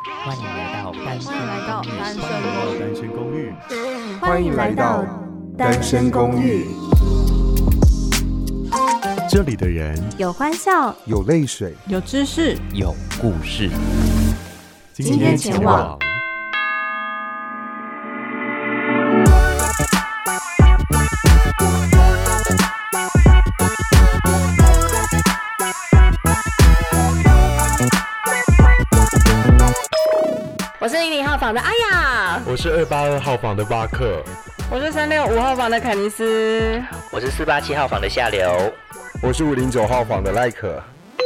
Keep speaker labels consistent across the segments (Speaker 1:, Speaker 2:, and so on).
Speaker 1: 欢迎来到单身公寓。
Speaker 2: 欢迎来到单身公寓。
Speaker 3: 这里的人
Speaker 2: 有欢笑，
Speaker 4: 有泪水，
Speaker 5: 有知识，
Speaker 1: 有故事。
Speaker 2: 今天前往
Speaker 5: 我是00号房的阿雅，
Speaker 3: 我是282号房的巴克，
Speaker 5: 我是365号房的凯尼斯，
Speaker 1: 我是487号房的夏流，
Speaker 4: 我是509号房的赖可。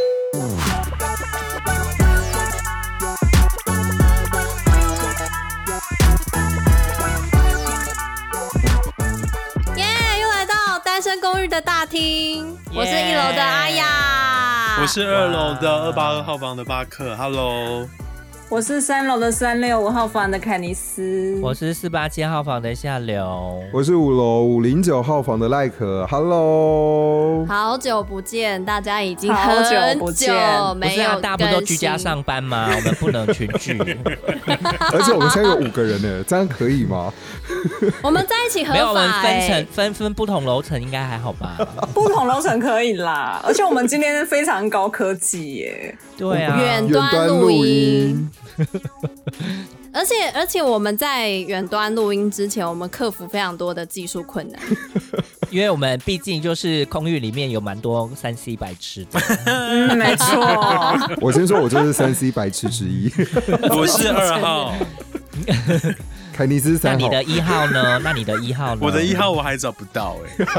Speaker 2: 耶！又来到单身公寓的大厅，我是1楼的阿雅，
Speaker 3: 我是2楼的282号房的巴克。Hello，
Speaker 5: 我是3楼的365号房的凯尼斯，
Speaker 1: 我是487号房的夏流，
Speaker 4: 我是5楼509号房的赖可。Hello，
Speaker 2: 好久不见，大家已经
Speaker 5: 好久
Speaker 2: 很
Speaker 5: 不见
Speaker 2: 久没有更新，
Speaker 1: 不是大家不都居家上班吗？我们不能群聚。
Speaker 4: 而且我们现在有5个人呢，这样可以吗？
Speaker 2: 我们在一起合法、
Speaker 1: 没有，我们分不同楼层，应该还好吧？
Speaker 5: 不同楼层可以啦，而且我们今天非常高科技耶，
Speaker 1: 对啊，
Speaker 2: 远端录音。而且我们在远端录音之前，我们克服非常多的技术困难，
Speaker 1: 因为我们毕竟就是空域里面有蛮多3C 白痴的。
Speaker 5: 没错。
Speaker 4: 我先说，我就是3C 白痴之一。
Speaker 3: 我是2号，
Speaker 4: 凯尼斯3号。
Speaker 1: 那你的1号呢？那你的1号呢？
Speaker 3: 我的1号我还找不到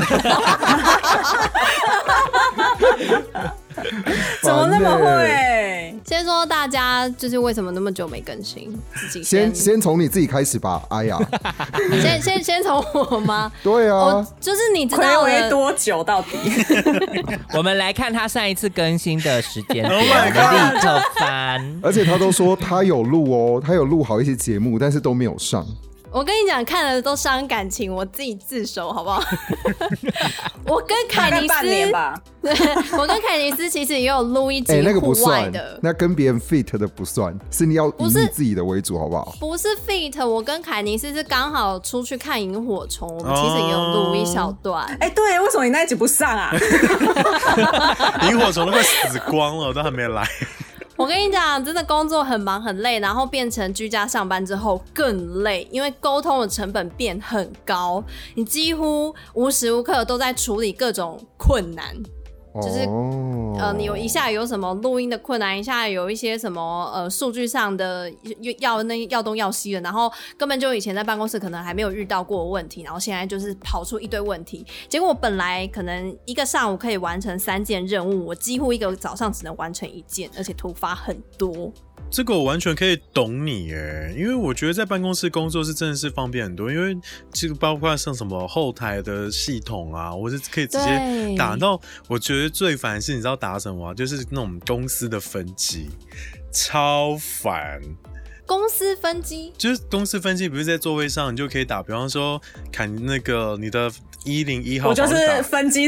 Speaker 5: 怎么那么会？
Speaker 2: 先说大家就是为什么那么久没更新，自己
Speaker 4: 先从你自己开始吧，阿雅。
Speaker 2: 先从我吗？
Speaker 4: 对啊，
Speaker 2: 就是你知道
Speaker 5: 睽违多久到底？
Speaker 1: 我们来看他上一次更新的时间点，
Speaker 3: Oh
Speaker 1: 我
Speaker 3: my
Speaker 1: 们
Speaker 3: God
Speaker 1: 立刻翻。
Speaker 4: 而且他都说他有录哦，他有录好一些节目，但是都没有上。
Speaker 2: 我跟你讲，看了都伤感情，我自己自首好不好？我跟凯尼
Speaker 5: 大概半年
Speaker 2: 斯，
Speaker 5: 吧。
Speaker 2: 对，我跟凯尼斯其实也有录一集
Speaker 4: 那个不
Speaker 2: 户外
Speaker 4: 算
Speaker 2: 的，
Speaker 4: 那跟别人 fit 的不算，是你要以你自己的为主，好不好？
Speaker 2: 不是 fit。我跟凯尼斯是刚好出去看萤火虫，我们其实也有录一小段。
Speaker 5: 对，为什么你那一集不上啊？
Speaker 3: 萤火虫都快死光了，我都还没来。
Speaker 2: 我跟你讲，真的工作很忙很累，然后变成居家上班之后更累，因为沟通的成本变很高，你几乎无时无刻都在处理各种困难。就是你一下有什么录音的困难，一下有一些什么数据上的要东要西的，然后根本就以前在办公室可能还没有遇到过的问题，然后现在就是跑出一堆问题。结果我本来可能一个上午可以完成3件任务，我几乎一个早上只能完成1件，而且突发很多。
Speaker 3: 这个我完全可以懂你耶，因为我觉得在办公室工作是真的是方便很多，因为这个包括像什么后台的系统啊，或是可以直接打到。我觉得最烦的是你知道打什么吗？就是那种公司的分机，超烦。
Speaker 2: 公司分机
Speaker 3: 就是公司分机，不是在座位上你就可以打，比方说砍那个你的101号，
Speaker 5: 我就是分机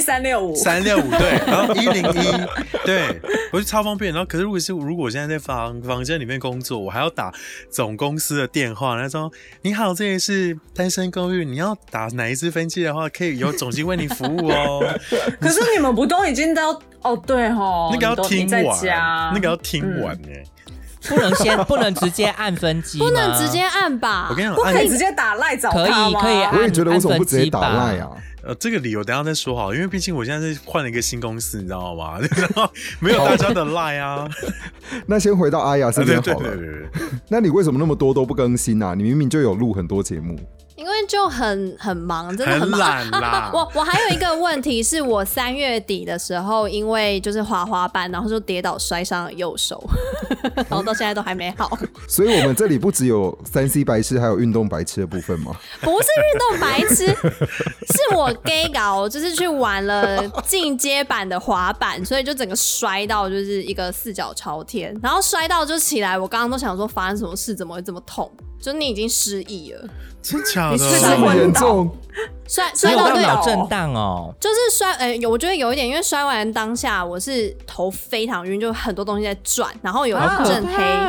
Speaker 5: 365
Speaker 3: 对，然后101，对，我就超方便。然后可是如果我现在在房间里面工作，我还要打总公司的电话，然后说你好，这里是单身公寓，你要打哪一支分机的话，可以由总经为你服务哦。
Speaker 5: 可是你们不都已经都对齁，
Speaker 3: 那个要听完，那个要听完耶。
Speaker 1: 不能直接按分机吗？
Speaker 2: 不能直接按吧？
Speaker 3: 我跟你讲，
Speaker 5: 不可以直接打赖找他吗？
Speaker 1: 可以
Speaker 4: 我也觉得为什么不直接打赖啊？
Speaker 3: 这个理由等一下再说好，因为毕竟我现在是换了一个新公司，你知道吗？然后没有大家的 line 啊。
Speaker 4: 那先回到阿雅这边好了。
Speaker 3: 对。
Speaker 4: 那你为什么那么多都不更新啊？你明明就有录很多节目。
Speaker 2: 因为就很忙，真的很忙。
Speaker 3: 很懒啦。
Speaker 2: 我还有一个问题是，我3月底的时候，因为就是滑滑板，然后就跌倒摔伤了右手，然后到现在都还没好。
Speaker 4: 所以我们这里不只有3C 白痴，还有运动白痴的部分吗？
Speaker 2: 不是运动白痴，是我 gay 搞，就是去玩了进阶版的滑板，所以就整个摔到就是一个4脚朝天，然后摔到就起来，我刚刚都想说发生什么事，怎么会这么痛？就你已经失忆了。
Speaker 3: 真假的？
Speaker 4: 这么严重？
Speaker 2: 摔到对
Speaker 1: 脑震荡哦，
Speaker 2: 就是摔，我觉得有一点，因为摔完当下我是头非常晕，就很多东西在转，然后有一阵黑，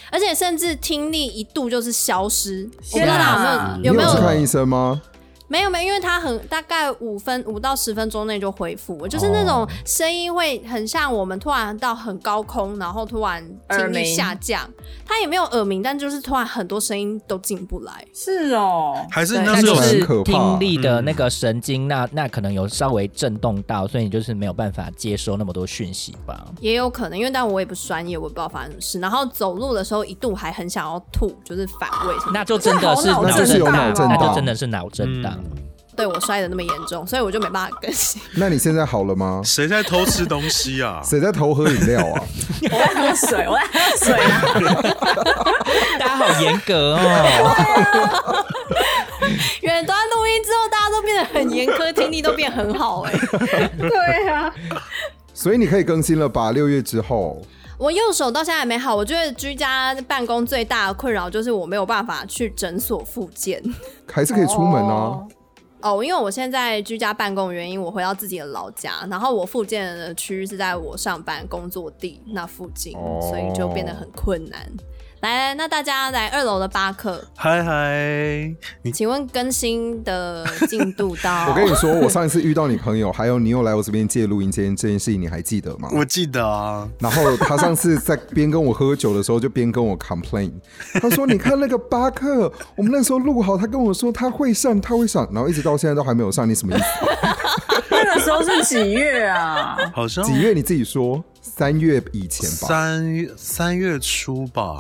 Speaker 2: 而且甚至听力一度就是消失。我不知
Speaker 5: 天
Speaker 2: 道
Speaker 5: 啊
Speaker 2: 有没有
Speaker 4: 你有去看医生吗？
Speaker 2: 没有，因为它大概5到10分钟内就恢复，就是那种声音会很像我们突然到很高空，然后突然听力下降，它也没有耳鸣，但就是突然很多声音都进不来。
Speaker 5: 是哦，
Speaker 3: 还是
Speaker 1: 那就是
Speaker 4: 很可怕
Speaker 1: 听力的那个神经，那可能有稍微震动到，所以你就是没有办法接收那么多讯息吧？
Speaker 2: 也有可能，因为但我也不专业，我也不知道发生什么事。然后走路的时候一度还很想要吐，就是反胃。
Speaker 1: 那就真的是脑
Speaker 4: 那就是有脑震荡，
Speaker 1: 那就真的是脑震荡。
Speaker 2: 对我摔得那么严重，所以我就没办法更新。
Speaker 4: 那你现在好了吗？
Speaker 3: 谁在偷吃东西啊？
Speaker 4: 谁在偷喝饮料啊？
Speaker 5: 我在喝水，我在喝水啊！
Speaker 1: 大家好严格哦。
Speaker 2: 远端录音之后，大家都变得很严苛，听力都变很好
Speaker 5: 对啊，
Speaker 4: 所以你可以更新了吧？6月之后。
Speaker 2: 我右手到现在还没好，我觉得居家办公最大的困扰就是我没有办法去诊所复健。
Speaker 4: 还是可以出门啊。
Speaker 2: 因为我现在居家办公的原因，我回到自己的老家，然后我复健的区域是在我上班工作地那附近，所以就变得很困难。来，那大家来2楼的巴克，
Speaker 3: 嗨嗨，
Speaker 2: 请问更新的进度到？
Speaker 4: 我跟你说，我上一次遇到你朋友，还有你又来我这边借录音间这件事情，你还记得吗？
Speaker 3: 我记得啊。
Speaker 4: 然后他上次在边跟我喝酒的时候，就边跟我 complain， 他说：“你看那个巴克，我们那时候录好，他跟我说他会上，然后一直到现在都还没有上，你什么意思？
Speaker 5: 那个时候是几月啊？
Speaker 3: 好像
Speaker 4: 几月？你自己说，3月以前吧。
Speaker 3: 3月初吧。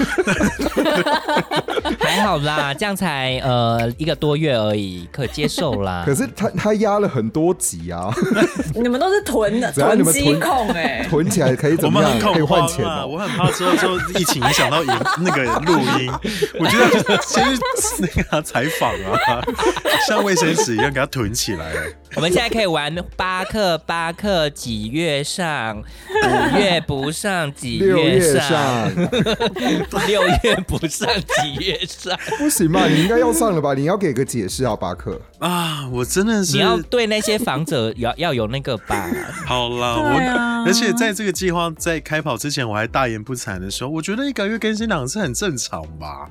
Speaker 1: 还好啦，这样才1个多月而已，可接受啦。
Speaker 4: 可是他压了很多集啊，
Speaker 5: 你们都是囤积控哎，
Speaker 4: 囤起来可以怎么样？可以换钱哦。
Speaker 3: 我很怕之后疫情影响到那个录音，我觉得先去那个采访啊，像卫生纸一样给它囤起来。
Speaker 1: 我们现在可以玩巴克几月上，5月不上几月上，6月不上几月上，
Speaker 4: 不行吧？你应该要上了吧？你要给个解释啊，巴克
Speaker 3: 啊！我真的是
Speaker 1: 你要对那些访者要有那个吧。
Speaker 3: 好啦，而且在这个计划在开跑之前，我还大言不惭的说，我觉得1个月更新2次很正常吧。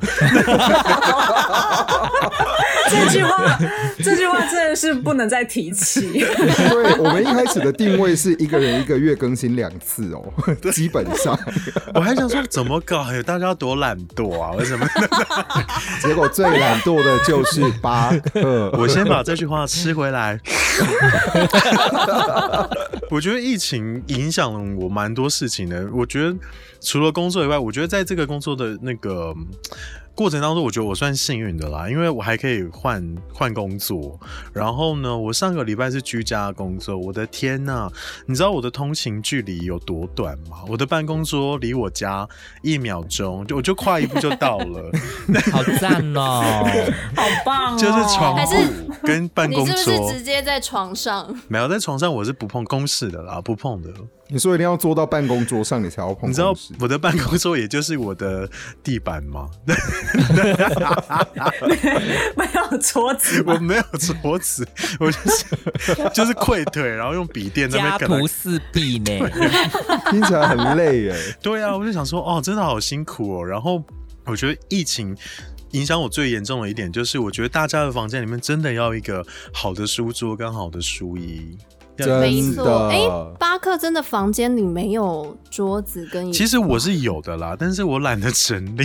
Speaker 5: 这句话真的是不能再提起。
Speaker 4: 对，我们一开始的定位是1个人1个月更新2次哦，基本上。
Speaker 3: 我还想说怎么搞？大家多懒惰啊！为什么？
Speaker 4: 结果最懒惰的就是巴克。
Speaker 3: 我先把这句话吃回来。我觉得疫情影响了我蛮多事情的。我觉得除了工作以外，我觉得在这个工作的那个过程当中，我觉得我算幸运的啦，因为我还可以换工作。然后呢，我上个礼拜是居家工作，我的天哪！你知道我的通勤距离有多短吗？我的办公桌离我家1秒钟，我就跨一步就到了。
Speaker 1: 好赞哦，
Speaker 5: 好棒哦！
Speaker 3: 就是床铺跟办公桌，
Speaker 2: 你是不是直接在床上？
Speaker 3: 没有，在床上我是不碰公事的啦，不碰的。
Speaker 4: 你说一定要坐到办公桌上你才要碰公事？
Speaker 3: 你知道我的办公桌也就是我的地板吗？
Speaker 5: 没有桌子，
Speaker 3: 我没有桌子，我就是跪腿，然后用笔电在那边
Speaker 1: 家徒四壁呢，
Speaker 4: 听起来很累耶。
Speaker 3: 对啊，我就想说，哦，真的好辛苦哦。然后我觉得疫情影响我最严重的一点，就是我觉得大家的房间里面真的要一个好的书桌跟好的书椅。
Speaker 2: 没错，巴克真的房间里没有桌子跟椅子。
Speaker 3: 其实我是有的啦，但是我懒得整理。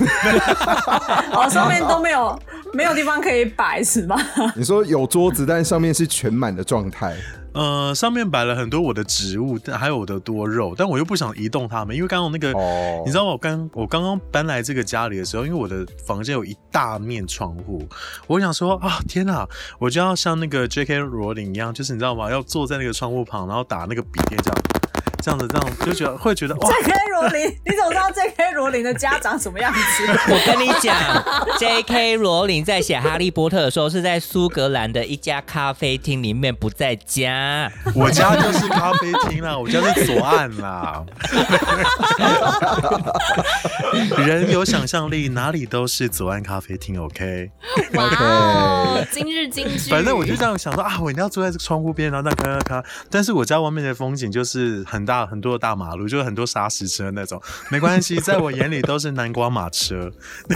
Speaker 5: 上面都没有地方可以摆是吧？
Speaker 4: 你说有桌子，但上面是全满的状态。
Speaker 3: 上面摆了很多我的植物，还有我的多肉，但我又不想移动它们，因为刚刚那个，你知道我刚刚搬来这个家里的时候，因为我的房间有一大面窗户，我想说啊，天哪，我就要像那个 J.K. 罗琳一样，就是你知道吗？要坐在那个窗户旁，然后打那个笔电这样就会觉得哇
Speaker 5: ，J.K. 罗琳，你怎么知道 J.K. 罗琳的家长什么样子？
Speaker 1: 我跟你讲 ，J.K. 罗琳在写《哈利波特》的时候是在苏格兰的一家咖啡厅里面，不在家。
Speaker 3: 我家就是咖啡厅啦，我家是左岸啦。 人有想象力，哪里都是左岸咖啡厅。OK，
Speaker 2: 哇哦，今日金句。
Speaker 3: 反正我就这样想说啊，我一定要坐在这个窗户边，然后那看。但是我家外面的风景就是很多的大马路，就是很多砂石车那种。没关系，在我眼里都是南瓜马车。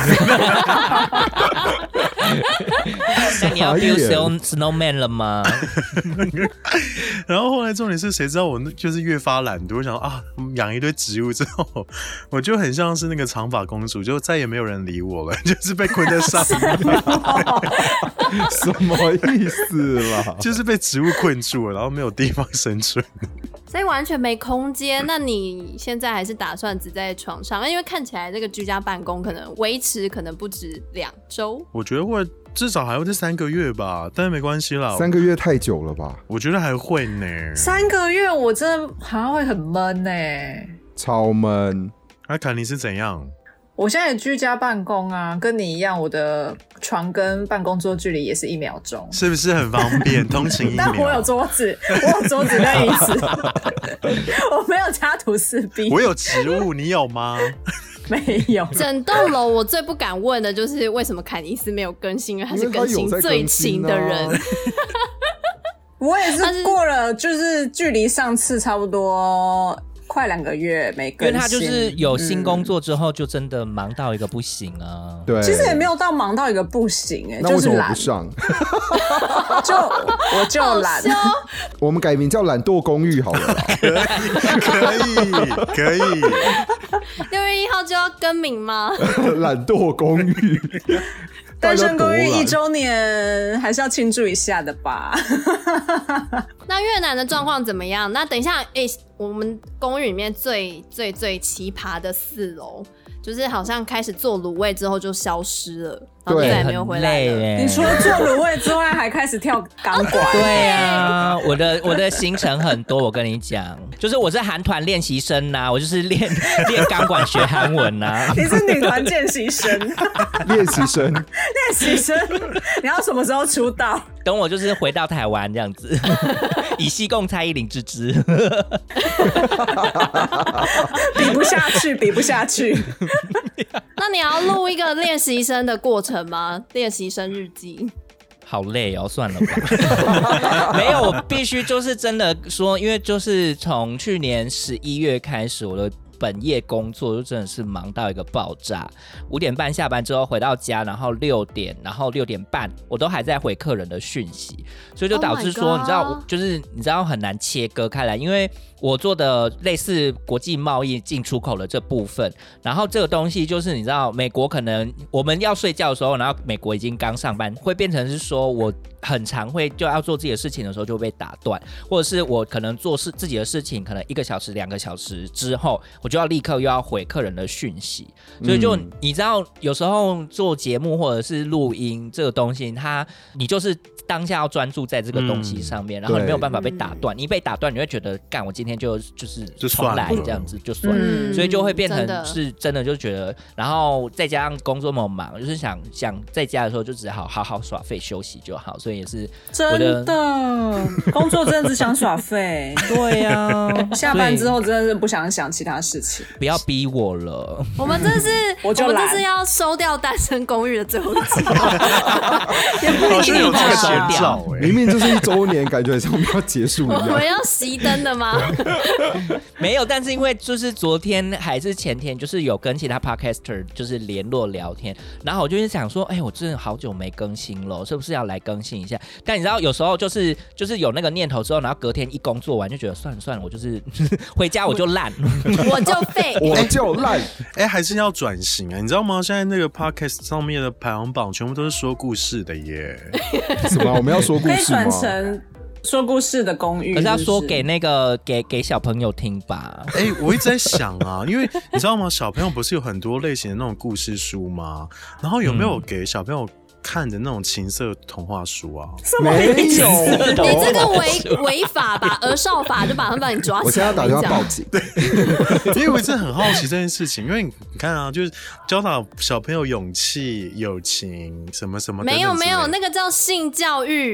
Speaker 1: 那你要 build snowman 了吗？
Speaker 3: 然后后来重点是，谁知道我就是越发懒惰，我想啊，养一堆植物之后，我就很像是那个长发公主，就再也没有人理我了，就是被困在上面。
Speaker 4: 什么意思啦？
Speaker 3: 就是被植物困住了，然后没有地方生存。
Speaker 2: 所以完全没空间。那你现在还是打算只在床上？因为看起来这个居家办公可能维持可能不止2周。
Speaker 3: 我觉得会至少还会在3个月吧，但是没关系啦。
Speaker 4: 3个月太久了吧？
Speaker 3: 我觉得还会呢。
Speaker 5: 3个月我真的好像会很闷呢，
Speaker 4: 超闷。
Speaker 3: 阿卡尼是怎样？
Speaker 5: 我现在居家办公啊，跟你一样，我的床跟办公桌距离也是1秒钟，
Speaker 3: 是不是很方便？通勤1秒。
Speaker 5: 但我有桌子，我有桌子跟椅子，我没有家徒四壁。
Speaker 3: 我有植物，你有吗？
Speaker 5: 没有。
Speaker 2: 整栋楼我最不敢问的就是为什么凯尼斯没有更新，因为他是更新最勤的人。
Speaker 5: 我也是过了，就是距离上次差不多快2个月没更新，
Speaker 1: 因为他就是有新工作之后，就真的忙到一个不行啊。
Speaker 4: 对，
Speaker 5: 其实也没有到忙到一个不行
Speaker 4: 那为什么不上？
Speaker 5: 我就懒。
Speaker 4: 我们改名叫懒惰公寓好了啦。
Speaker 3: 可以。
Speaker 2: 6月1号就要更名吗？
Speaker 4: 懒惰公寓。
Speaker 5: 单身公寓1周年还是要庆祝一下的吧。
Speaker 2: 那越南的状况怎么样？那等一下，我们公寓里面最奇葩的4楼，就是好像开始做卤味之后就消失了，然后再也没有回来了。
Speaker 5: 你除了做卤味之外，还开始跳钢管。
Speaker 1: 对啊，我的行程很多，我跟你讲，就是我是韩团练习生呐，我就是练钢管学韩文呐。
Speaker 5: 你是女团见习生，
Speaker 4: 练习生，
Speaker 5: 你要什么时候出道？
Speaker 1: 等我就是回到台湾这样子，以西贡蔡依林之姿。
Speaker 5: 比不下去。
Speaker 2: 那你要录一个练习生的过程吗？练习生日记。
Speaker 1: 好累哦，算了吧。没有，我必须就是真的说，因为就是从去年11月开始，我的本业工作就真的是忙到一个爆炸。5点半下班之后回到家，然后6点，然后6点半，我都还在回客人的讯息，所以就导致说，你知道，就是你知道很难切割开来，因为我做的类似国际贸易进出口的这部分，然后这个东西就是你知道，美国可能我们要睡觉的时候，然后美国已经刚上班，会变成是说我很常会就要做自己的事情的时候就会被打断，或者是我可能做自己的事情，可能1个小时、2个小时之后，我就要立刻又要回客人的讯息，所以就你知道，有时候做节目或者是录音这个东西，你就是当下要专注在这个东西上面，然后你没有办法被打断，你一被打断，你会觉得干，我今天就是重来这样子就算了，所以就会变成是真的就觉得，然后再加上工作那么忙，就是想在家的时候就只好好耍废休息就好，所以也是
Speaker 5: 真的工作真的只想耍废。
Speaker 1: 对啊，
Speaker 5: 下班之后真的是不想想其他事情。
Speaker 1: 不要逼我了，
Speaker 2: 我们这是要收掉单身公寓的最后一集，
Speaker 3: 好像有这个前兆
Speaker 4: 明明就是1周年，感觉像我们要结束一样。
Speaker 2: 我们要熄灯的吗？
Speaker 1: 没有，但是因为就是昨天还是前天，就是有跟其他 podcaster 就是联络聊天，然后我就是想说，我真的好久没更新了，是不是要来更新一下？但你知道，有时候就是有那个念头之后，然后隔天一工作完就觉得算了，我就是回家我就烂，
Speaker 2: 我就废，
Speaker 4: 我就烂。
Speaker 3: 还是要转型啊！你知道吗？现在那个 podcast 上面的排行榜全部都是说故事的耶。
Speaker 4: 什么？我们要说故事吗？
Speaker 5: 可以转成说故事的公寓，
Speaker 1: 可是要说给那个给小朋友听吧。
Speaker 3: 我一直在想啊，因为你知道吗？小朋友不是有很多类型的那种故事书吗？然后有没有给小朋友看的那种情色童话书啊？
Speaker 4: 没有，
Speaker 2: 你这个违法吧？儿少法就把你抓起来。
Speaker 4: 我现在要打电话报警。
Speaker 3: 对，因为我真的很好奇这件事情，因为你看啊，就是教导小朋友勇气、友情什么什么。
Speaker 2: 没有，那个叫性教育。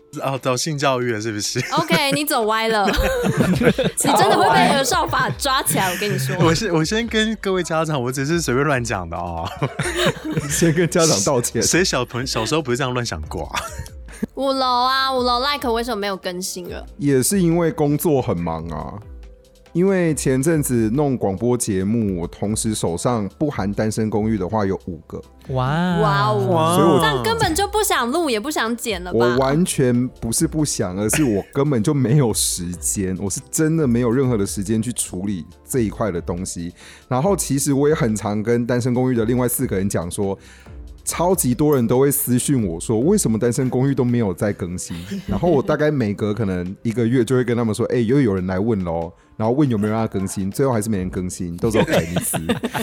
Speaker 3: 找性教育了是不是
Speaker 2: ？OK， 你走歪了，你真的会被儿少法抓起来。我跟你说，
Speaker 3: 我先跟各位家长，我只是随便乱讲的哦。
Speaker 4: 先跟家长道歉。
Speaker 3: 谁小时候不是这样乱想过啊
Speaker 2: 5楼 like 为什么没有更新了？
Speaker 4: 也是因为工作很忙啊。因为前阵子弄广播节目，我同时手上不含单身公寓的话有5个。
Speaker 2: 哇哦！
Speaker 4: 所以我
Speaker 2: 这样根本就不想录，也不想剪了吧？
Speaker 4: 我完全不是不想，而是我根本就没有时间，我是真的没有任何的时间去处理这一块的东西。然后其实我也很常跟单身公寓的另外4个人讲说，超级多人都会私讯我说，为什么单身公寓都没有在更新？然后我大概每隔可能1个月就会跟他们说，又有人来问咯，然后问有没有人要更新，最后还是没人更新，都是凯尼斯。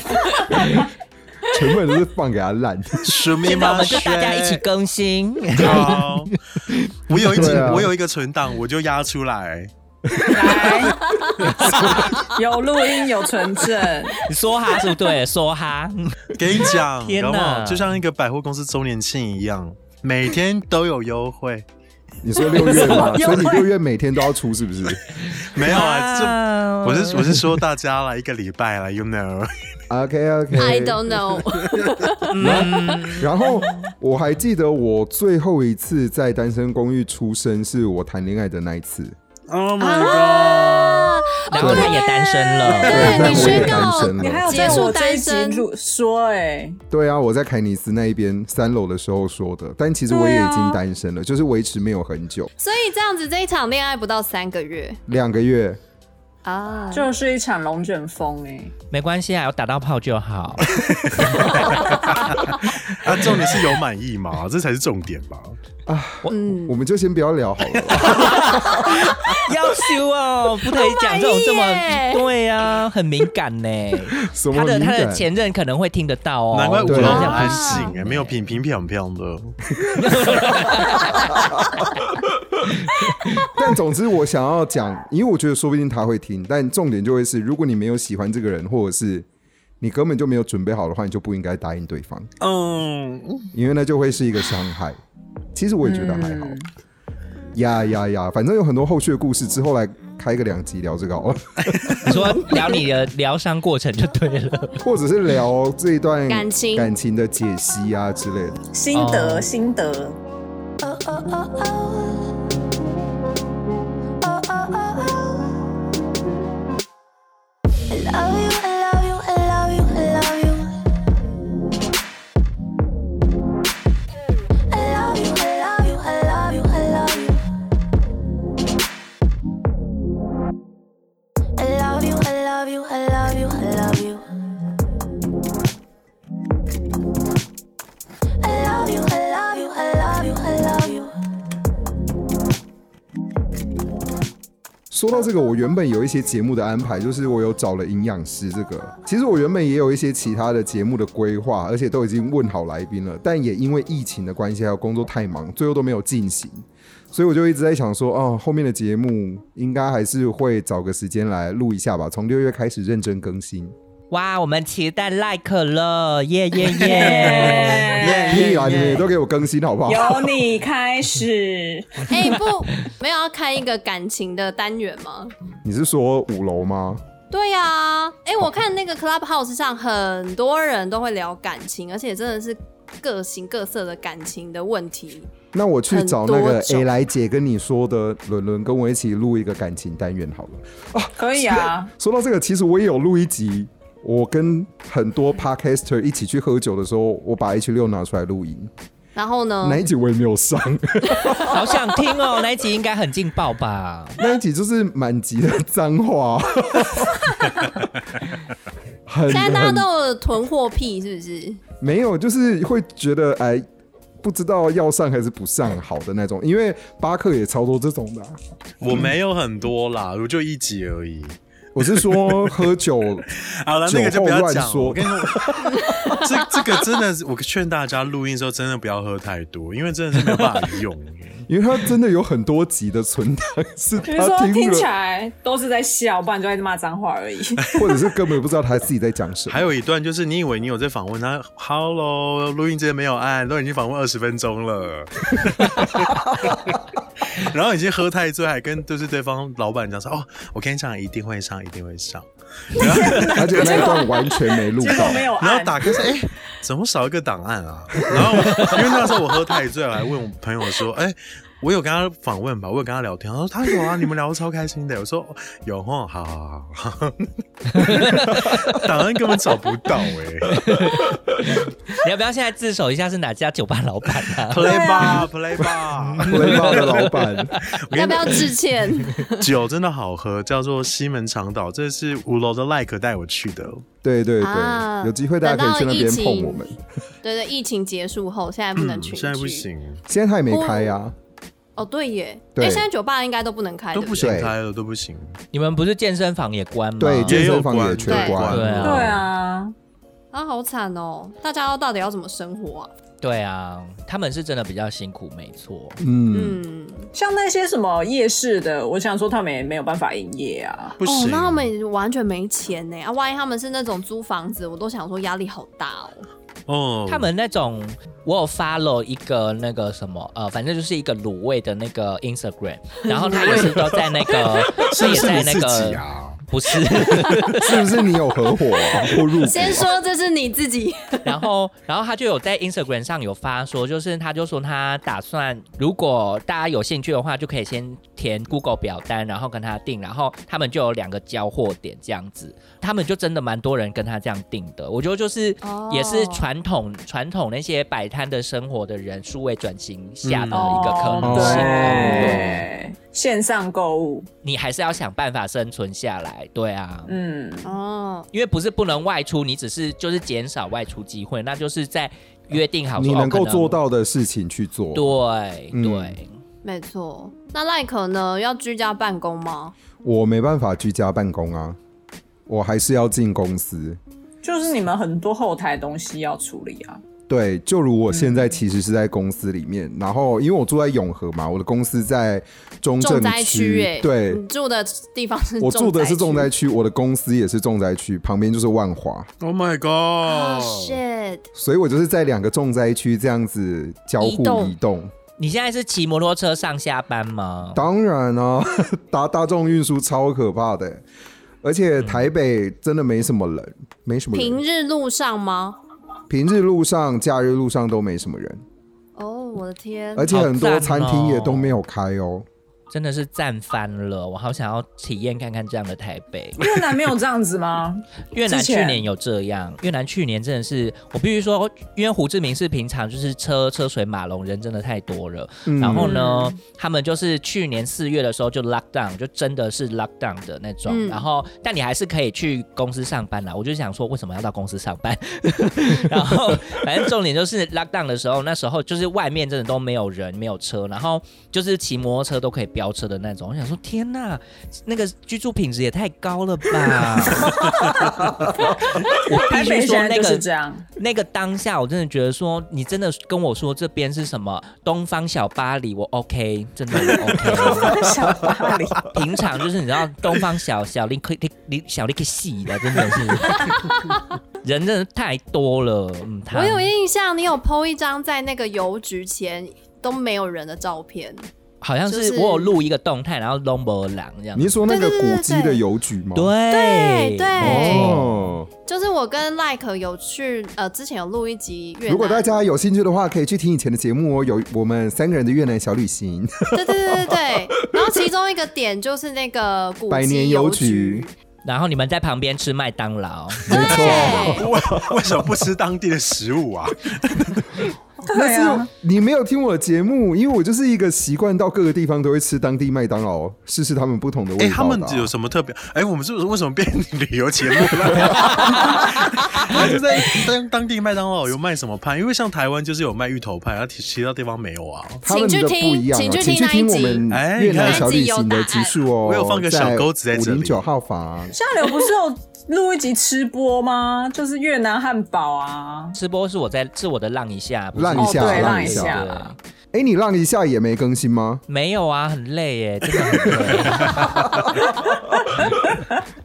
Speaker 4: 全部都是放给他烂。
Speaker 1: 现在我们就大家一起更新。
Speaker 3: 好，我有一个存档，我就压出来。
Speaker 5: 来，有录音有存证。
Speaker 1: 你说哈是不对，说哈。
Speaker 3: 跟你讲，
Speaker 1: 天哪，
Speaker 3: 就像一个百货公司周年庆一样，每天都有优惠。
Speaker 4: 你说6月吗？所以你6月每天都要出是不是？
Speaker 3: 没有啊，我是说大家啦，1个礼拜啦 ，you
Speaker 4: know。OK，
Speaker 2: I don't know
Speaker 4: 然后我还记得我最后一次在单身公寓出生，是我谈恋爱的那一次。
Speaker 3: Oh my god！
Speaker 1: 然后他也单身了，
Speaker 2: 对，你宣告
Speaker 5: 你还有
Speaker 2: 结束单身
Speaker 5: 说
Speaker 4: 对啊，我在凯尼斯那一边3楼的时候说的，但其实我也已经单身了，就是维持没有很久。
Speaker 2: 所以这样子，这一场恋爱不到3个月
Speaker 4: ，2个月
Speaker 2: 啊，
Speaker 5: 就是一场龙卷风
Speaker 1: 没关系啊，有打到炮就好。
Speaker 3: 啊，重点是有满意嘛，这才是重点吧。
Speaker 4: 我们就先不要聊好了。
Speaker 1: 要羞哦，不可以讲这种这么对啊，很敏感呢。
Speaker 4: 什么敏感？
Speaker 1: 他的前任可能会听得到哦。
Speaker 3: 难怪5楼这样不行没有平平飘飘的。
Speaker 4: 但总之我想要讲，因为我觉得说不定他会听，但重点就会是，如果你没有喜欢这个人，或者是你根本就没有准备好的话，你就不应该答应对方。因为那就会是一个伤害。其实我也觉得还好。反正有很多后续的故事，之后来开个2集聊这个好了。
Speaker 1: 你说聊你的疗伤过程就对了，
Speaker 4: 或者是聊这一段
Speaker 2: 感
Speaker 4: 情的解析啊之类的
Speaker 5: 心得。
Speaker 4: 说到这个，我原本有一些节目的安排，就是我有找了营养师。这个其实我原本也有一些其他的节目的规划，而且都已经问好来宾了，但也因为疫情的关系，还有工作太忙，最后都没有进行。所以我就一直在想说，后面的节目应该还是会找个时间来录一下吧。从6月开始认真更新。
Speaker 1: 哇，我们期待 like 了，耶！
Speaker 4: 屁啦，你们也都给我更新好不好？
Speaker 5: 由你开始。
Speaker 2: 没有要开一个感情的单元吗？
Speaker 4: 你是说5楼吗？
Speaker 2: 对呀，我看那个 Clubhouse 上很多人都会聊感情，而且真的是各形各色的感情的问题。
Speaker 4: 那我去找那个来姐跟你说的伦伦，跟我一起录一个感情单元好了。
Speaker 5: 可以啊。
Speaker 4: 说到这个，其实我也有录一集。我跟很多 podcaster 一起去喝酒的时候，我把 H6 拿出来录音。
Speaker 2: 然后呢？
Speaker 4: 那一集我也没有上。
Speaker 1: 好想听哦，那一集应该很劲爆吧？
Speaker 4: 那一集就是满集的脏话。
Speaker 2: 现在大家都有囤货癖是不是？
Speaker 4: 没有，就是会觉得不知道要上还是不上好的那种，因为巴克也超多这种的。
Speaker 3: 我没有很多啦，我就1集而已。
Speaker 4: 我是说喝酒，
Speaker 3: 好了，那个就不要讲。
Speaker 4: 我
Speaker 3: 跟你说，这个真的是，我劝大家录音的时候真的不要喝太多，因为真的是没有办法用。
Speaker 4: 因为他真的有很多集的存档是他
Speaker 5: 比如说听起来都是在笑，不然就在骂脏话而已，
Speaker 4: 或者是根本不知道他自己在讲什么。
Speaker 3: 还有一段就是你以为你有在访问他 ，Hello， 录音机没有按，都已经访问20分钟了。 然后已经喝太醉，还跟就是对方老板讲说：“哦，我跟你讲，一定会上，一定会上。”
Speaker 4: 而且那一段完全没录到，
Speaker 5: 结果没有
Speaker 3: 然后
Speaker 5: 按。
Speaker 3: 打开说：“哎，怎么少一个档案啊？”然后因为那时候我喝太醉，我还问我朋友说：“哎。”我有跟他访问吧，我有跟他聊天，他说他有啊，你们聊得超开心的。我说有齁，好，档案根本找不到
Speaker 1: 你要不要现在自首一下是哪家酒吧老板啊
Speaker 3: Play bar
Speaker 4: 的老板，
Speaker 2: 要不要致歉？
Speaker 3: 酒真的好喝，叫做西门长岛，这是5楼的 Like 带我去的。
Speaker 4: 对，
Speaker 2: 啊
Speaker 4: 有机会大家可以去那边碰我们。
Speaker 2: 对，疫情结束后，现在不能群聚，
Speaker 3: 现在不行，
Speaker 4: 现在他也没开呀。
Speaker 2: 哦，对耶，
Speaker 4: 对
Speaker 2: 现在酒吧应该都不能开，
Speaker 3: 都不行
Speaker 4: 对
Speaker 3: 开了，都不行。
Speaker 1: 你们不是健身房也关吗？
Speaker 4: 对，健身房也全
Speaker 3: 也有关
Speaker 4: 关。
Speaker 1: 对啊，
Speaker 5: 对啊，
Speaker 2: 啊，好惨哦！大家到底要怎么生活啊？
Speaker 1: 对啊，他们是真的比较辛苦，没错。
Speaker 5: 像那些什么夜市的，我想说他们也没有办法营业啊。
Speaker 3: 不行，
Speaker 2: 那他们完全没钱呢啊！万一他们是那种租房子，我都想说压力好大哦。
Speaker 1: 他们那种，我有 follow 一个那个什么反正就是一个卤味的那个 Instagram， 然后他也是都在那个，
Speaker 3: 是不是
Speaker 1: 在
Speaker 3: 你自
Speaker 1: 那个
Speaker 3: 己啊？
Speaker 1: 不是，
Speaker 4: 是不是你有合伙啊？或入股啊？
Speaker 2: 先说这是你自己，
Speaker 1: 然后他就有在 Instagram 上有发说，他就说他打算，如果大家有兴趣的话，就可以先填 Google 表单，然后跟他订，然后他们就有2个交货点这样子，他们就真的蛮多人跟他这样订的。我觉得就是也是传统那些摆摊的生活的人数位转型下的一个可能性。
Speaker 5: 对，线上购物，
Speaker 1: 你还是要想办法生存下来。对啊，因为不是不能外出，你只是就是减少外出机会，那就是在约定好说
Speaker 4: 你能够做到的事情去做。
Speaker 1: 对，
Speaker 2: 没错。那赖可呢？要居家办公吗？
Speaker 4: 我没办法居家办公啊，我还是要进公司。
Speaker 5: 就是你们很多后台东西要处理啊。
Speaker 4: 对，就如我现在其实是在公司里面，然后因为我住在永和嘛，我的公司在中正
Speaker 2: 重灾区，
Speaker 4: 对，
Speaker 2: 你住的地方是
Speaker 4: 我住的是重灾区，我的公司也是重灾区，旁边就是万华。
Speaker 3: Oh my god！
Speaker 2: shit！
Speaker 4: 所以我就是在2个重灾区这样子交互移动。
Speaker 1: 你现在是骑摩托车上下班吗？
Speaker 4: 当然啊，搭大众运输超可怕的，而且台北真的没什么人，没什么人。
Speaker 2: 平日路上吗？
Speaker 4: 平日路上、假日路上都没什么人。
Speaker 2: 哦，我的天！
Speaker 4: 而且很多餐厅也都没有开哦。
Speaker 1: 真的是赞翻了，我好想要体验看看这样的台北。
Speaker 5: 越南没有这样子吗？
Speaker 1: 越南去年有这样，越南去年真的是，我必须说，因为胡志明市平常就是车水马龙，人真的太多了。然后呢，他们就是去年4月的时候就 lock down， 就真的是 lock down 的那种。然后，但你还是可以去公司上班啦。我就想说，为什么要到公司上班？然后，反正重点就是 lock down 的时候，那时候就是外面真的都没有人，没有车，然后就是骑摩托车都可以飙车的那种。我想说，天哪，那个居住品质也太高了吧！我必须说，那个当下，我真的觉得说，你真的跟我说这边是什么东方小巴黎，我 OK， 真的我 OK。
Speaker 5: 东方小巴黎，
Speaker 1: 平常就是你知道东方小你可以洗的，真的是人真的太多了。
Speaker 2: 我有印象，你有 po 一张在那个邮局前都没有人的照片。
Speaker 1: 好像是我有录一个动态，然后都没人这样。
Speaker 4: 你是说那个古迹的邮局吗？
Speaker 2: 对，
Speaker 4: 哦，
Speaker 2: 就是我跟 Like 有去之前有录一集越南。
Speaker 4: 如果大家有兴趣的话，可以去听以前的节目哦，有我们3个人的越南小旅行。
Speaker 2: 对。然后其中一个点就是那个古迹
Speaker 4: 百年邮局。
Speaker 1: 然后你们在旁边吃麦当劳，
Speaker 4: 没错。
Speaker 3: 为什么不吃当地的食物啊？
Speaker 5: 对啊，
Speaker 4: 你没有听我的节目，因为我就是一个习惯到各个地方都会吃当地麦当劳，试试他们不同的味道。
Speaker 3: 他们有什么特别？我们是为什么变旅游节目了？他就在当地麦当劳有卖什么派？因为像台湾就是有卖芋头派，其他地方没有啊。
Speaker 4: 他们的不一样，请去听我们越南小旅行的集数哦。
Speaker 3: 我有放个小钩子在这里。
Speaker 4: 509号房。
Speaker 5: 下流不是有录一集吃播吗？就是越南汉堡啊。
Speaker 1: 吃播是我的浪一下，
Speaker 4: 浪一下，
Speaker 5: 浪一下。
Speaker 4: 你浪一下也没更新吗？
Speaker 1: 没有啊，很累耶，真的很累。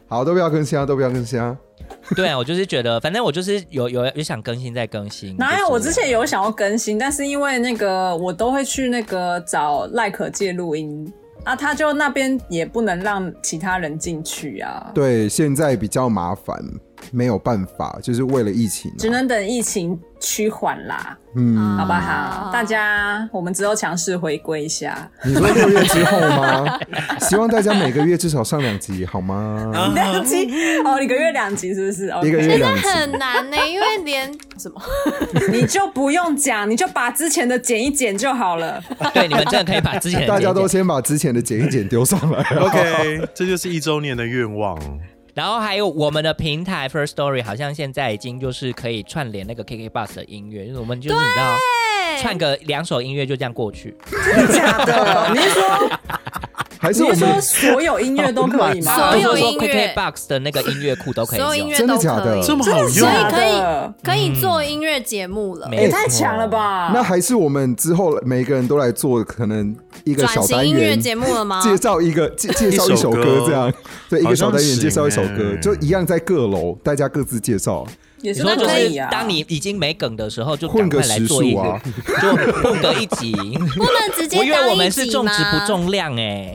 Speaker 4: 好，都不要更新啊，都不要更新啊。
Speaker 1: 对啊，我就是觉得，反正我就是有想更新再更新。
Speaker 5: 哪有？我之前有想要更新，但是因为那个我都会去那个找赖可借录音啊，他就那边也不能让其他人进去啊。
Speaker 4: 对，现在比较麻烦，没有办法，就是为了疫情
Speaker 5: 只能等疫情趋缓啦。好不好？大家，我们之后强势回归一下。
Speaker 4: 你说6月之后吗？希望大家每个月至少上2集，好吗
Speaker 5: ？2集哦，1个月2集是不是？
Speaker 4: 1个月2集
Speaker 2: 很难呢，因为连什么
Speaker 5: 你就不用讲，你就把之前的剪一剪就好了。
Speaker 1: 对，你们真的可以把之前的
Speaker 4: 大家都先把之前的剪一剪丢上来。
Speaker 3: OK， 这就是1周年的愿望。
Speaker 1: 然后还有我们的平台 First Story 好像现在已经就是可以串联那个 KKBOX 的音乐，就是我们就是你知道串个2首音乐就这样过去。
Speaker 5: 真的假的？你是说？
Speaker 4: 还是我们
Speaker 5: 说所有音乐都可以吗？
Speaker 2: 所有音
Speaker 1: 乐 KKBOX 的那个音乐库都可以用，
Speaker 2: 所有音乐
Speaker 4: 真的假的？
Speaker 3: 这么好用？
Speaker 2: 所以可以做音乐节目了，
Speaker 5: 也太强了吧！
Speaker 4: 那还是我们之后每个人都来做可能一个小单元
Speaker 2: 转型音乐节目了吗？
Speaker 4: 介绍一首歌这样，对，一个小单元介绍一首歌，就一样在各楼，大大家各自介绍。
Speaker 5: 也是
Speaker 1: 你说就
Speaker 5: 可以啊。
Speaker 1: 是当你已经没梗的时候，就
Speaker 4: 混个
Speaker 1: 赶快来做一个，
Speaker 4: 时
Speaker 1: 就混个一集。
Speaker 2: 不能直接当一集吗？
Speaker 1: 我以为我们是重质不重量哎、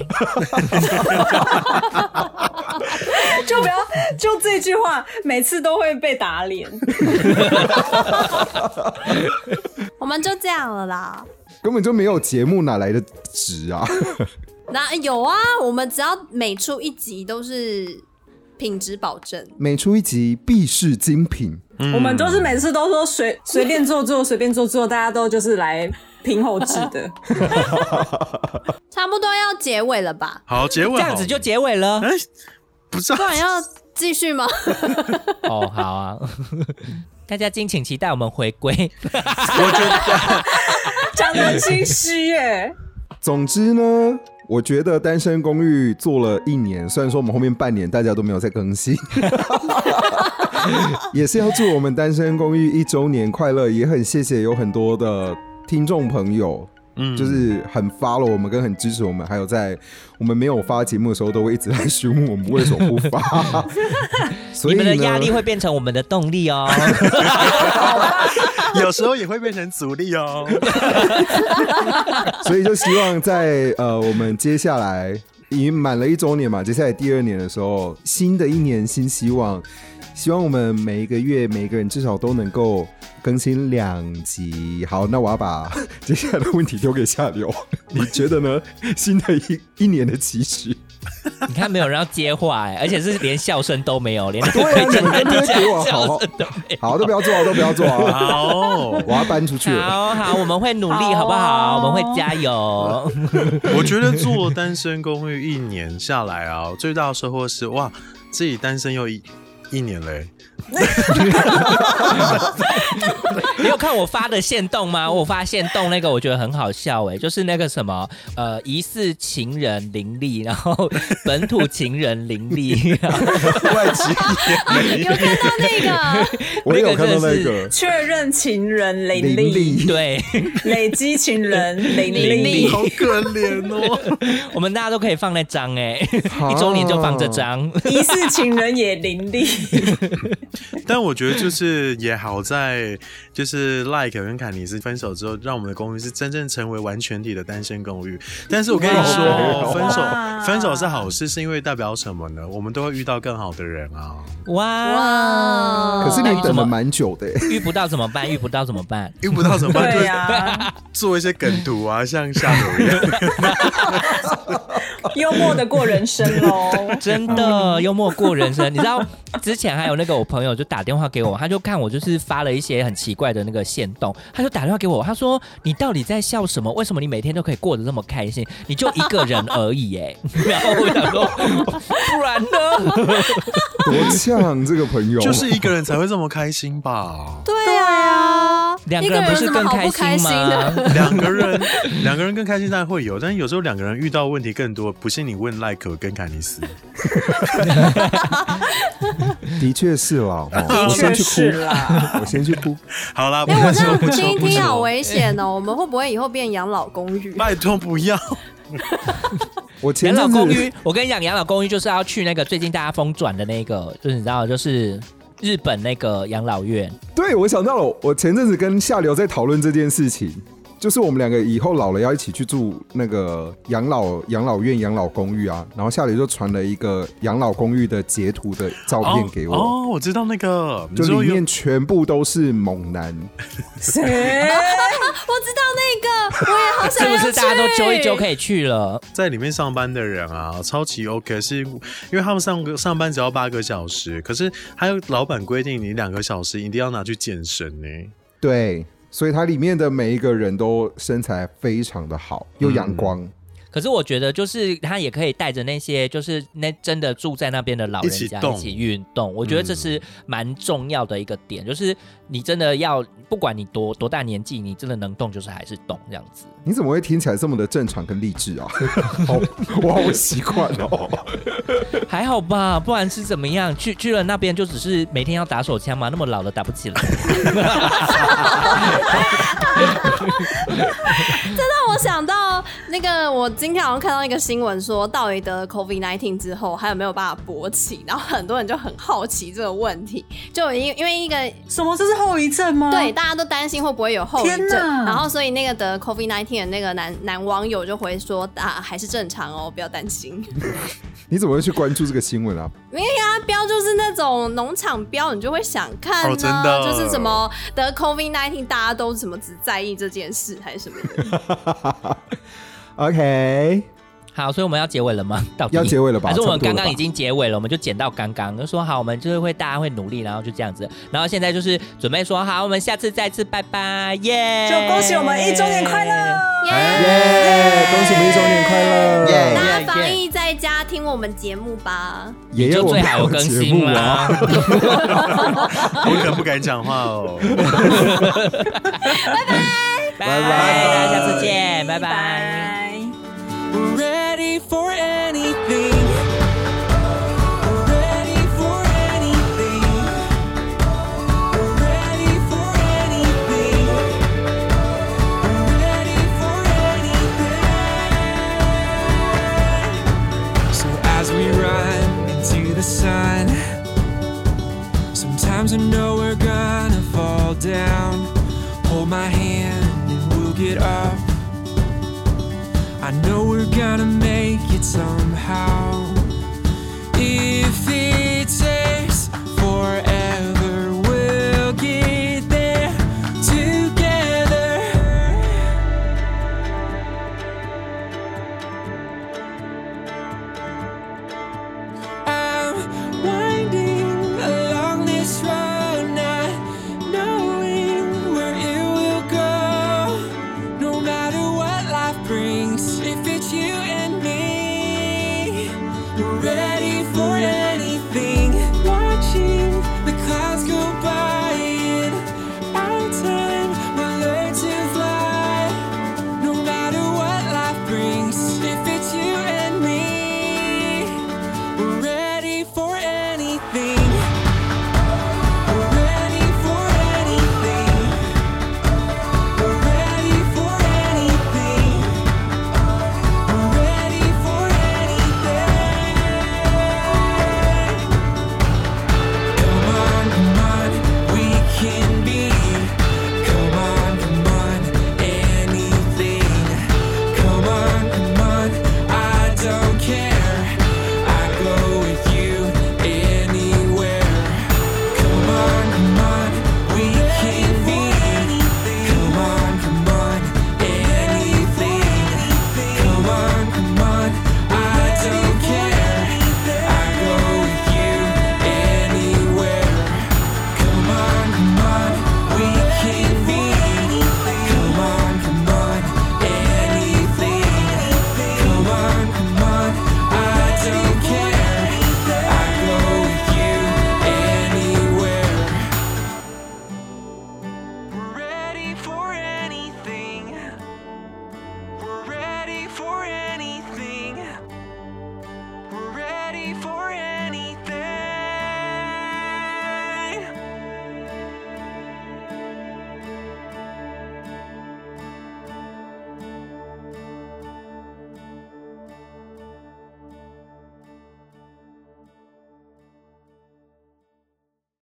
Speaker 5: 就不要就这句话，每次都会被打脸。
Speaker 2: 我们就这样了啦。
Speaker 4: 根本就没有节目，哪来的值啊？
Speaker 2: 那有啊，我们只要每出一集都是品质保证，
Speaker 4: 每出一集必是精品。
Speaker 5: 我们都是每次都说随便做，随便做，大家都就是来拼后置的。
Speaker 2: 差不多要结尾了吧？
Speaker 3: 好，结尾
Speaker 1: 这样子就结尾了。
Speaker 3: 不是、啊，
Speaker 2: 不然要继续吗？
Speaker 1: 哦，好啊，大家敬请期待我们回归。
Speaker 3: 我觉得
Speaker 5: 讲得很心虚耶。
Speaker 4: 总之呢，我觉得单身公寓做了1年，虽然说我们后面半年大家都没有在更新，也是要祝我们单身公寓1周年快乐，也很谢谢有很多的听众朋友。就是很 follow 我们跟很支持我们，还有在我们没有发节目的时候都会一直在询问我们为什么不发。所以
Speaker 1: 你们的压力会变成我们的动力哦。
Speaker 3: 有时候也会变成阻力哦。
Speaker 4: 所以就希望在我们接下来已经满了1周年嘛，接下来第2年的时候，新的1年新希望，希望我们每一个月每一个人至少都能够更新2集。好，那我要把接下来的问题丢给夏流，你觉得呢？新的一年的期许。
Speaker 1: 你看没有人要接话而且是连笑声都没有，连
Speaker 4: 对啊，你们都给我
Speaker 1: 好，
Speaker 4: 好，都不要做啊，都不要做啊！
Speaker 3: 好，
Speaker 4: 我要搬出去了。
Speaker 1: 好，我们会努力，好不好？我们会加油。
Speaker 3: 我觉得做单身公寓1年下来啊，最大的收获是哇，自己单身又一年嘞。
Speaker 1: 你有看我发的限动吗？我发限动那个我觉得很好笑就是那个什么疑似情人林立，然后本土情人林立，
Speaker 3: 外籍
Speaker 2: 有看到那个？
Speaker 4: 我也有看到那个
Speaker 5: 确认情人林立，
Speaker 1: 对，
Speaker 5: 累积情人林立，
Speaker 3: 好可怜哦。
Speaker 1: 我们大家都可以放那张1周年就放这张，
Speaker 5: 疑似情人也林立。
Speaker 3: 但我觉得就是也好在就是 Like 跟凯尼斯分手之后，让我们的公寓是真正成为完全体的单身公寓。但是我跟你说，分手是好事，是因为代表什么呢？我们都会遇到更好的人啊！
Speaker 1: 哇！
Speaker 4: 可是你等了蛮久的
Speaker 1: 遇不到怎么办？遇不到怎么办？
Speaker 3: 遇不到怎么办？
Speaker 5: 对啊，
Speaker 3: 做一些梗图啊，像夏流一样。
Speaker 5: 幽默的过人生喽，
Speaker 1: 真的幽默过人生。你知道之前还有那个我朋友就打电话给我，他就看我就是发了一些很奇怪的那个限动，他就打电话给我，他说你到底在笑什么？为什么你每天都可以过得这么开心？你就一个人而已然后我想说，不然呢？
Speaker 4: 多像这个朋友，
Speaker 3: 就是一个人才会这么开心吧？
Speaker 2: 对啊
Speaker 1: ，2个人不是更开心吗？
Speaker 3: 两个人更开心当然会有，但是有时候2个人遇到问题更多。不信你问赖可跟凯尼斯。
Speaker 4: 的确是啦，我先去哭啦，我先去哭。
Speaker 3: 好啦，
Speaker 2: 我这样听一听好危险哦，我们会不会以后变养老公寓？
Speaker 3: 拜托不要。
Speaker 4: 我前
Speaker 1: 养
Speaker 4: 阵子
Speaker 1: 老公寓，我跟你讲，养老公寓就是要去那个最近大家疯转的那个，就是你知道，就是日本那个养老院。
Speaker 4: 对，我想到了，我前阵子跟夏流在讨论这件事情，就是我们两个以后老了要一起去住那个养老院、养老公寓啊。然后夏流就传了一个养老公寓的截图的照片给我。
Speaker 3: 哦，我知道那个，
Speaker 4: 就里面全部都是猛男。
Speaker 5: 谁？
Speaker 2: 我知道那个，我也好想要去。
Speaker 1: 是不是大家都揪一揪可以去了？
Speaker 3: 在里面上班的人啊，超级 OK， 是因为他们上班只要8个小时，可是还有老板规定你2个小时一定要拿去健身呢。
Speaker 4: 对，所以它里面的每一个人都身材非常的好，又阳光。
Speaker 1: 可是我觉得，就是他也可以带着那些，就是那真的住在那边的老人家一起运动。我觉得这是蛮重要的一个点，就是你真的要，不管你多大年纪，你真的能动，就是还是动这样子。
Speaker 4: 你怎么会听起来这么的正常跟励志啊？我好习惯哦。
Speaker 1: 还好吧，不然是怎么样？去了那边就只是每天要打手枪嘛，那么老了打不起来。
Speaker 2: 这让我想到那个，我今天好像看到一个新闻说，到底得 COVID-19 之后还有没有办法勃起？然后很多人就很好奇这个问题，就因为一个
Speaker 5: 什么这是后遗症吗？
Speaker 2: 对，大家都担心会不会有后遗症，
Speaker 5: 天哪，
Speaker 2: 然后所以那个得 COVID-19 的那个男网友就回说啊，还是正常哦，不要担心。
Speaker 4: 你怎么会去关注这个新闻啊？
Speaker 2: 因为它标就是那种农场标，你就会想看呢、
Speaker 3: 真的
Speaker 2: 就是什么得 COVID-19 大家都什么只在意这件事还是什么的。
Speaker 4: OK，
Speaker 1: 好，所以我们要结尾了吗？到底
Speaker 4: 要结尾了吧？
Speaker 1: 还是我们
Speaker 4: 差不多了吧
Speaker 1: 刚刚已经结尾了？我们就剪到刚刚，就说好，我们就是大家会努力，然后就这样子。然后现在就是准备说好，我们下次再次拜拜，耶！
Speaker 5: 就恭喜我们1周年快乐！
Speaker 4: 耶！恭喜我们1周年快乐！
Speaker 1: 耶
Speaker 2: 大家防疫在家听我们节目吧。
Speaker 4: 也有
Speaker 1: 就最好有更新
Speaker 4: 啊！
Speaker 3: 我可不敢讲话哦。
Speaker 1: 拜拜，大家下次见，拜拜。
Speaker 6: We're ready for anything. We're ready for anything. We're ready for anything. We're ready for anything. So as we run into the sun, sometimes I know we're gonna fall down. Hold my hand and we'll get up. I know we're gonna make it somehow. If it takes forever, we'll get there together. I'm winding along this road, not knowing